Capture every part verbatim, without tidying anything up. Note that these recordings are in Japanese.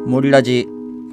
森ラジ。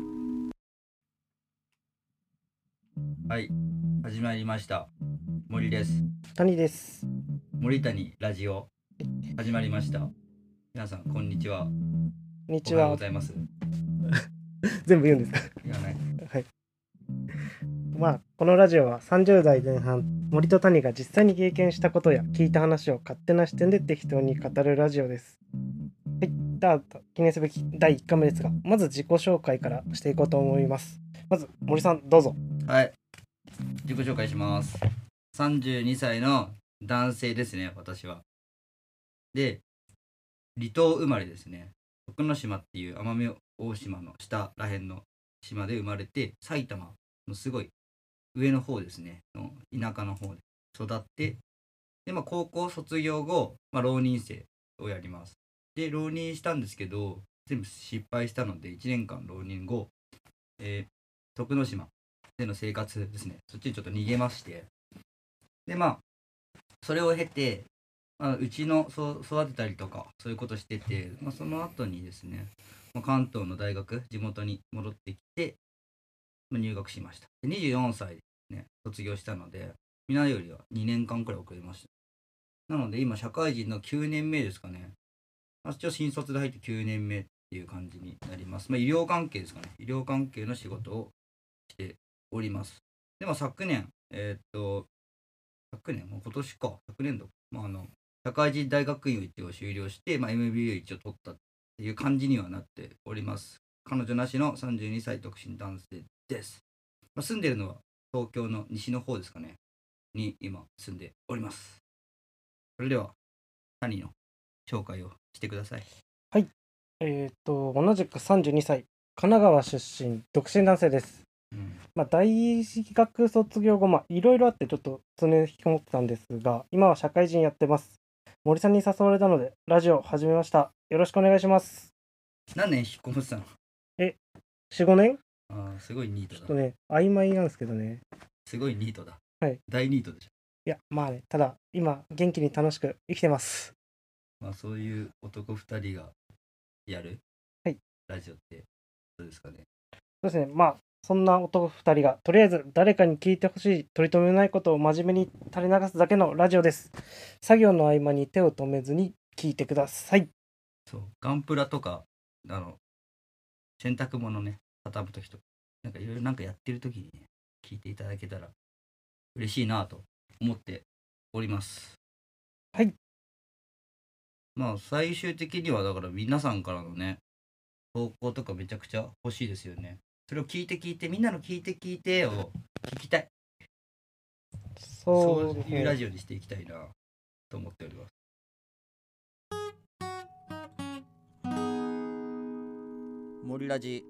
はい、始まりました。森です。 谷です。 森谷ラジオ始まりました。皆さんこんにちは。 こんにちおはようは。 ございます。 全部言うんですか？ 言わない。 はい。まあこのラジオはさんじゅう代前半、森と谷が実際に経験したことや聞いた話を勝手な視点で適当に語るラジオです。はい。では記念すべきだいいっかいめですが、まず自己紹介からしていこうと思います。まず森さんどうぞ。 はい。自己紹介します。さんじゅうにさいの男性ですね、私は。で、離島生まれですね。徳之島っていう奄美大島の下らへんの島で生まれて、埼玉のすごい上の方ですね、の田舎の方で育って、で、まあ、高校卒業後、まあ、浪人生をやります。で、浪人したんですけど、全部失敗したので、いちねんかん浪人後、えー、徳之島での生活ですね、そっちにちょっと逃げまして、で、まあ、それを経て、まあ、うちのそう育てたりとか、そういうことしてて、まあ、その後にですね、まあ、関東の大学、地元に戻ってきて、まあ、入学しました。で、にじゅうよんさいで、ね、卒業したので、みんなよりはにねんかんくらい遅れました。なので今社会人のきゅうねんめですかね。一応新卒で入ってきゅうねんめっていう感じになります。まあ、医療関係ですかね。医療関係の仕事をしております。でも昨年、えー、っと、昨年、もう今年か、昨年度、まあ、あの、社会人大学院を一応修了して、まあ、エムビーエー 一応取ったっていう感じにはなっております。彼女なしのさんじゅうにさい独身男性です。まあ、住んでるのは東京の西の方ですかね。に今住んでおります。それでは、谷の紹介をしてください。 はい。えっ、と同じくさんじゅうにさい、神奈川出身、独身男性です。 うん、 まあ、大学卒業後、まあ、いろいろあってちょっと常に引きこもってたんですが、今は社会人やってます。森さんに誘われたので、ラジオ始めました。よろしくお願いします。 何年引っ込むってたの？ え、よん、ごねん？ ああ、すごいニートだ。 ちょっとね、曖昧なんですけどね。 すごいニートだ。 はい。 大ニートでしょ。 いや、まあね、ただ、今、元気に楽しく生きてます。 まあそういう男ふたりがやるはい。 ラジオってどうですかね。 そうですね、まあ、そんな男ふたりが、とりあえず誰かに聞いてほしい、取り留めないことを真面目に垂れ流すだけのラジオです。作業の合間に手を止めずに聞いてください。 そう、ガンプラとか、あの、洗濯物ね、畳むときとか、なんかいろいろなんかやってるときにね、聞いていただけたら嬉しいなと思っております。 はい。 まあ最終的にはだから皆さんからのね、投稿とかめちゃくちゃ欲しいですよね。それを聞いて聞いて、みんなの聞いて聞いてを聞きたい。そうそうですいうラね。 ジオにしていきたいなと思っております。 森ラジ。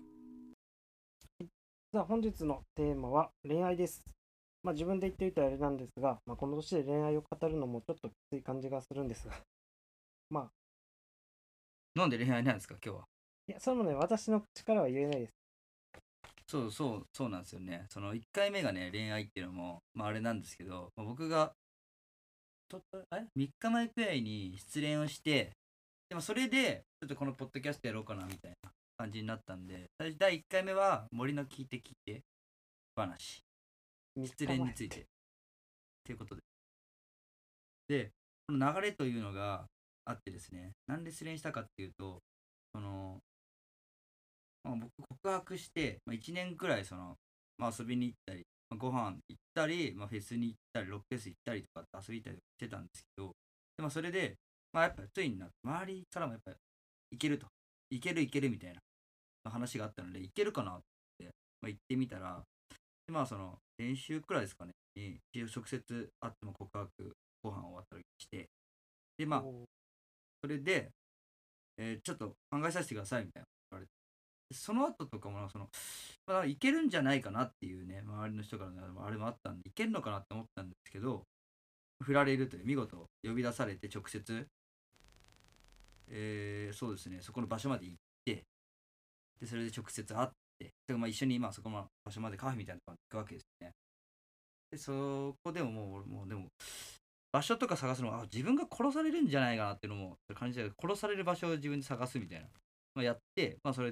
さあ、本日のテーマは恋愛です。まあ、自分で言ってみたらあれなんですが、まあ、この年で恋愛を語るのもちょっときつい感じがするんですが、まあ、 なんで恋愛なんですか今日は。 いや、それもね、私の口からは言えないです。 そうそうそうなんですよね。そのいっかいめがね、恋愛っていうのも、まああれなんですけど、まあ、僕がとえみっかまえくらいに失恋をして、でもそれでちょっとこのポッドキャストやろうかなみたいな感じになったんで、最初だいいっかいめは森の聞いて聞いて話、失恋についてっていうことで。で、この流れというのがあってですね、なんで失恋したかっていうと、その、まあ、僕告白して、まあ、いちねんくらいその、まあ、遊びに行ったり、まあ、ご飯行ったり、まあ、フェスに行ったり、ロックフェス行ったりとかって遊び行ったりしてたんですけど、でもそれで、まあ、やっぱついにな周りからもやっぱいけると、いけるいけるみたいな話があったので、いけるかなって、まあ、行ってみたら、でまあその練習くらいですかね、に直接会っても告白、ご飯終わったりして、でまあ、それで、えーちょっと考えさせてくださいみたいな言われて、その後とかもその、まあ、いけるんじゃないかなっていうね、周りの人からのあれもあったんで、いけるのかなって思ったんですけど、振られるという、見事呼び出されて直接、えー、そうですね、そこの場所まで行って、でそれで直接会って、でまあ一緒に今そこの場所までカフェみたいなところに行くわけですね。で、そこでももう、俺もうでも、場所とか探すのは、あ自分が殺されるんじゃないかなっていうのも感じて、殺される場所を自分で探すみたいな、まあ、やって、まあそれで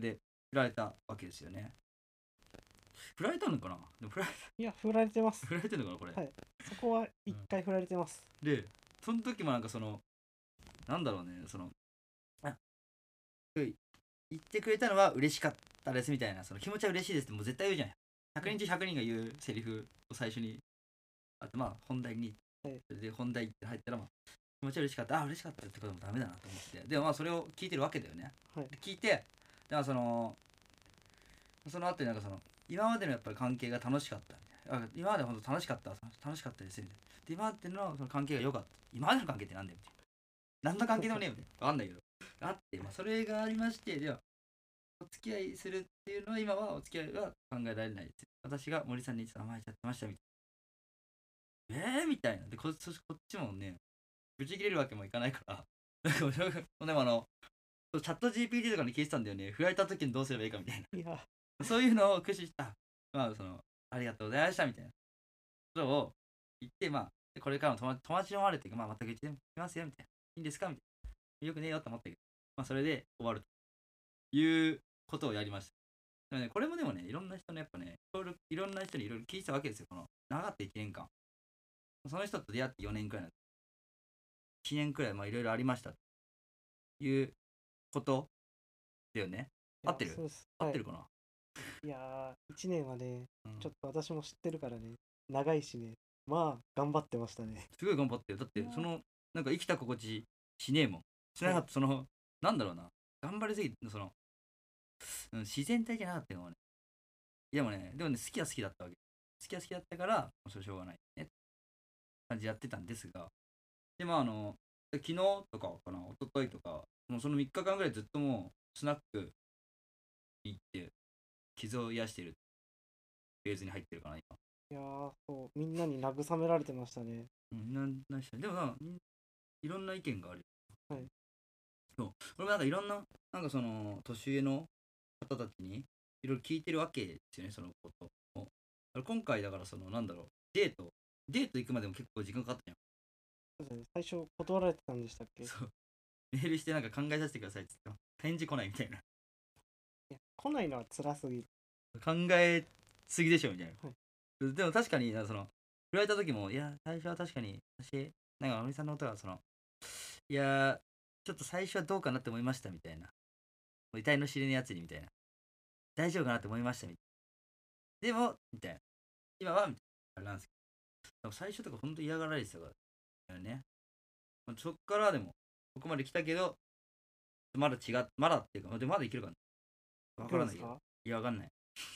振られたわけですよね。振られたのかな。でも振られいや、振られてます。 振られてるのかなこれ、 はいそこは一回振られてます。 でその時もなんかそのなんだろうね、そのあ言ってくれたのは嬉しかったですみたいな、その気持ちは嬉しいですってもう絶対言うじゃん。ひゃくにん中ひゃくにんが言うセリフを最初にあとまあ本題に、 はいそれで本題って入ったらまあ気持ちは嬉しかった、あ嬉しかったってこともダメだなと思って、でもまあそれを聞いてるわけだよね。 はいで聞いて、だからそのその後になんかその今までのやっぱり関係が楽しかったみたいな、あ今まで本当楽しかった楽しかったですみたいな、で今までのその関係が良かった、今までの関係ってなんだよみたいな、何の関係でもねえよみたいな、わかんないけどあって、まあ、それがありまして、ではお付き合いするっていうのは今はお付き合いは考えられないです。私が森さんに甘えちゃってましたみたいな。えーみたいな。でこ、そこっちもね、ぶち切れるわけもいかないから、なんかでもあの、チャット ジーピーティー とかに聞いてたんだよね。振られた時にどうすればいいかみたいな。 いやそういうのを駆使した、まあその、ありがとうございましたみたいなことを言って、まあ、これからも友達友達に思われて、まあ、また言ってきますよみたいな。いいんですかみたいな。よくねえよと思ったけど、まあ、それで終わるということをやりました。でもね、これもでもね、いろんな人のやっぱね、いろいろいろんな人にいろいろ聞いてたわけですよ。この長かったいちねんかん。その人と出会ってよねんくらいなんです。いちねんくらい、まあいろいろありましたということだよね。合ってるそうです合ってるかな、 はい、いやーいちねんはね、 うん、 ちょっと私も知ってるからね、長いしね、まあ頑張ってましたね。 すごい頑張ってる。だってそのなんか生きた心地しねえもん。しなかった、そのなんだろうな、頑張りすぎてその、うん、自然体じゃなかったよね。でもね、でもね、好きは好きだったわけ。好きは好きだったから、それしょうがないね。感じでやってたんですが、で、まああの、昨日とかかな、一昨日とか、もうそのみっかかんぐらいずっともうスナックに行って傷を癒しているフェーズに入ってるかな、今。 いやーそうみんなに慰められてましたね。 うん、なんなんしでもな、いろんな意見がある。 はい。 そう。俺もなんかいろんな、なんかその、年上の方たちにいろいろ聞いてるわけですよね、そのことを。今回だからその、なんだろう、デート、デート行くまでも結構時間かかったじゃん。 そうですね、最初断られてたんでしたっけ？ そう。メールしてなんか考えさせてくださいって言って返事来ないみたいな。 いや来ないのは辛すぎる。 考えすぎでしょみたいな。 はいでも確かに、その、振られた時も、いや、最初は確かに、私、なんか、おみさんのことは、その、いや、ちょっと最初はどうかなって思いましたみたいな。遺体の知れぬやつにみたいな。大丈夫かなって思いましたみたいな。でも、みたいな。今はみたいな。あれなんですけど。最初とか本当嫌がられてたからね。そっからでも、ここまで来たけど、まだ違っ、まだっていうか、でまだいけるかな。わからないけど。いや、わかんない。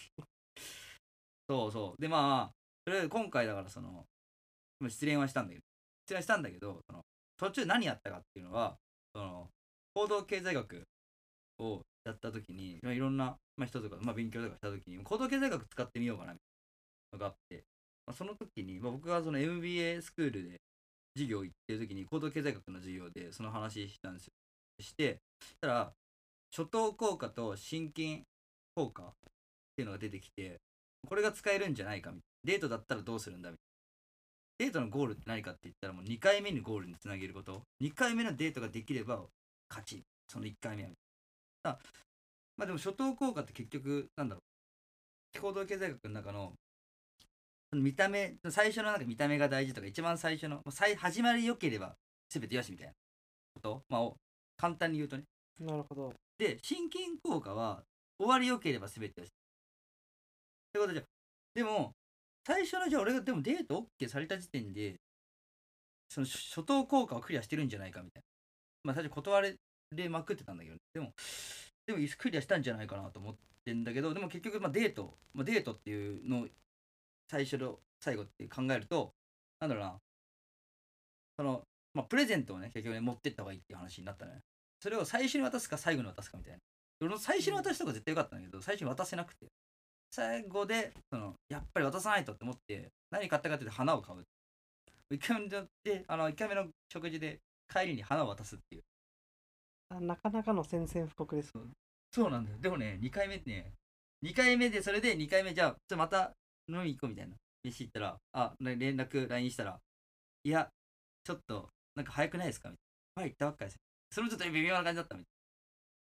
そうそう。で、まあ、それで今回だから、その、失恋はしたんだけど、失恋したんだけど、その途中何やったかっていうのは、その、行動経済学をやった時に、いろんな、まあ、人とか、まあ、勉強とかした時に、行動経済学使ってみようかな、みたいなのがあって、まあ、その時に、まあ、僕がその エムビーエー スクールで授業行ってる時に、行動経済学の授業でその話したんですよ。して、たら、初等効果と心筋効果っていうのが出てきて、これが使えるんじゃないかみたいな。デートだったらどうするんだみたいな。デートのゴールって何かって言ったらもうにかいめにゴールにつなげること。にかいめのデートができれば勝ち。そのいっかいめは。だまあでも初等効果って結局なんだろう。行動経済学の中の見た目、最初のなんか見た目が大事とか一番最初の最始まり良ければ全てよしみたいなこと。まあ簡単に言うとね。 なるほど。 で、心筋効果は終わり良ければ全てよし。ってことじゃ、でも最初のじゃあ俺がでもデート OK された時点でその初等効果をクリアしてるんじゃないかみたいな。まあ最初断れまくってたんだけど、でもでもクリアしたんじゃないかなと思ってんだけど、でも結局まあデート、まあ、デートっていうのを最初の最後って考えると、なんだろうな、そのまあプレゼントをね結局ね持ってった方がいいっていう話になったのよ。それを最初に渡すか最後に渡すかみたいな。俺の最初に渡した方が絶対よかったんだけど、最初に渡せなくて。最後でそのやっぱり渡さないとって思って何買ったかっていうと花を買う。いっかいめであのいっかいめの食事で帰りに花を渡すっていう。 あなかなかの宣戦布告です。 そうなんだよ。でもねにかいめねにかいめでそれでにかいめじゃあちょっとまた飲み行こうみたいな飯行ったら、あ連絡 ライン したら、いやちょっとなんか早くないですかみたいな。はい行ったばっかりです。それもちょっと微妙な感じだったみたい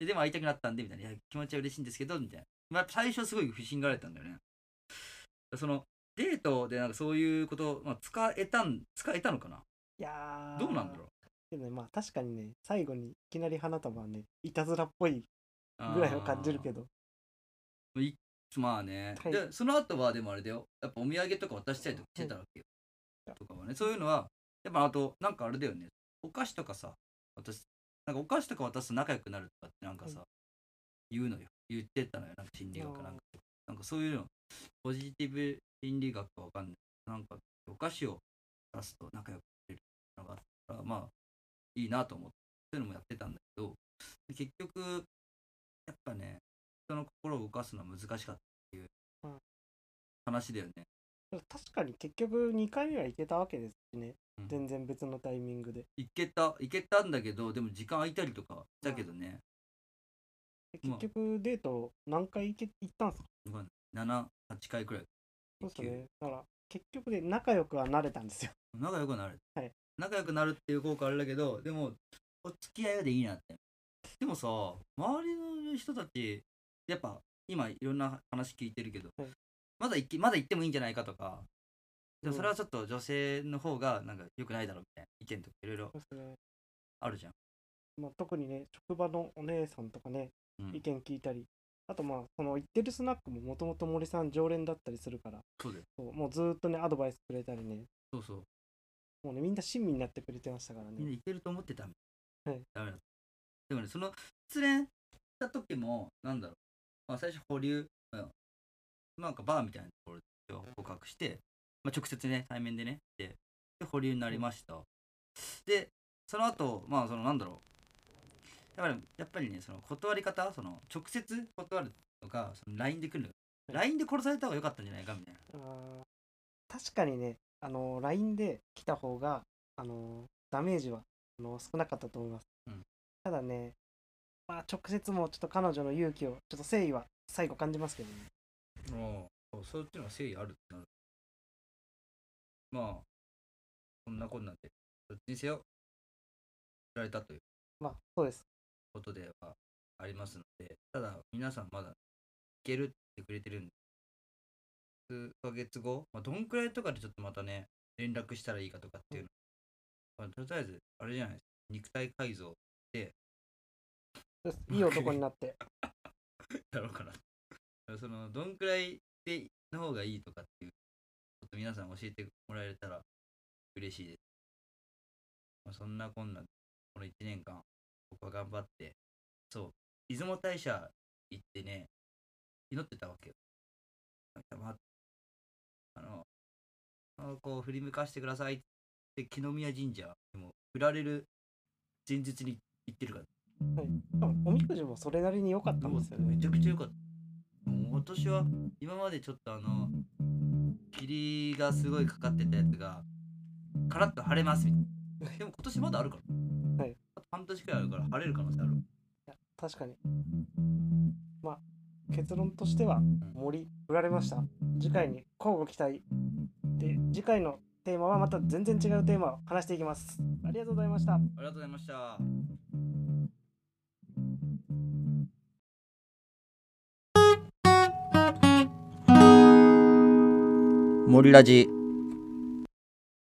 ででも会いたくなったんでみたいな、いや気持ちは嬉しいんですけどみたいな、まあ、最初すごい不審がられたんだよね。そのデートでなんかそういうこと、まあ、使えたん使えたのかな。 いやーどうなんだろう。 けどね、まあ確かにね、最後にいきなり花束はね、いたずらっぽいぐらいは感じるけど。 どいまあね、 はいでその後はでもあれだよ、やっぱお土産とか渡したりとかしてたわけよ、 はいとかはね、そういうのはやっぱあとなんかあれだよね、お菓子とかさ、私なんかお菓子とか渡すと仲良くなるとかってなんかさ、 はい言うのよ、言ってたのよ、なんか心理学なんかあーなんかそういうのポジティブ心理学かわかんない、なんかお菓子を出すと仲良くなれるのがあったらまあいいなと思ってそういうのもやってたんだけど、結局やっぱね、人の心を動かすのは難しかったっていううん話だよね。 確かに結局にかいめは行けたわけですしね、 うん全然別のタイミングで。 いけたいけたんだけど、でも時間空いたりとかしたけどね、 でまあ結局デート何回行け行ったんすか？ なな、はちかいくらい。 そうっすね。だから結局で仲良くはなれたんですよ。 仲良くなる、 はい仲良くなるっていう効果あれだけど、でもお付き合いはでいいなって。でもさ、周りの人たちやっぱ今いろんな話聞いてるけど、 はいまだ行きまだ行ってもいいんじゃないかとか、でもそれうんはちょっと女性の方がなんか良くないだろうみたいな意見とかいろいろそうっすね。 あるじゃん。 まあ、特にね、職場のお姉さんとかね、 うん意見聞いたり、あとまあ、その行ってるスナックももともと森さん常連だったりするから、 そうだよ。 そうもうずーっとね、アドバイスくれたりね、 そうそう。 もうね、みんな親身になってくれてましたからね。 みんないけると思ってた。 はいダメだ。でもね、その失恋した時も、なんだろう。まあ、最初保留、うんなんかバーみたいなところで告白して、まあ、直接ね、対面でね、で、で保留になりました。で、その後、まあ、そのなんだろう。やっぱり、やっぱりね、その断り方、その直接断るとか、その ライン で来るの。ライン で殺された方が良かったんじゃないかみたいな。 あー確かにね、あのー、ライン で来た方が、あのーダメージはあのー少なかったと思います。 うんただね、まあ、直接もちょっと彼女の勇気を、ちょっと誠意は最後感じますけどね。 ああ、そうっていうのは誠意あるってなる。まあ、こんなこんなんで、どっちにせよ、振られたというまあ、そうです。 ことではありますので、ただ、皆さんまだいけるってくれてるんで、数ヶ月後、まあ、どんくらいとかでちょっとまたね、連絡したらいいかとかっていうの。まあ、とりあえず、あれじゃないですか、肉体改造でそうですいい男になって。 やろうかな。その、どんくらいでの方がいいとかっていう、ちょっと皆さん教えてもらえたら嬉しいです。まあ、そんなこんな、このいちねんかん、僕は頑張って、そう、出雲大社行ってね、祈ってたわけよ。まあ、あの、あのこう振り向かしてくださいって木宮神社でも振られる前日に行ってるからはい、しかもおみくじもそれなりに良かったんですよね。 めちゃくちゃ良かった。もう私は今までちょっとあの霧がすごいかかってたやつがカラッと晴れますみたいな。でも今年まだあるから、 はい、 あと半年くらいあるから晴れる可能性ある。 いや確かに。まあ、結論としては、森、振られました。次回に交互期待。で、次回のテーマはまた全然違うテーマを話していきます。ありがとうございました。 ありがとうございました。 森ラジ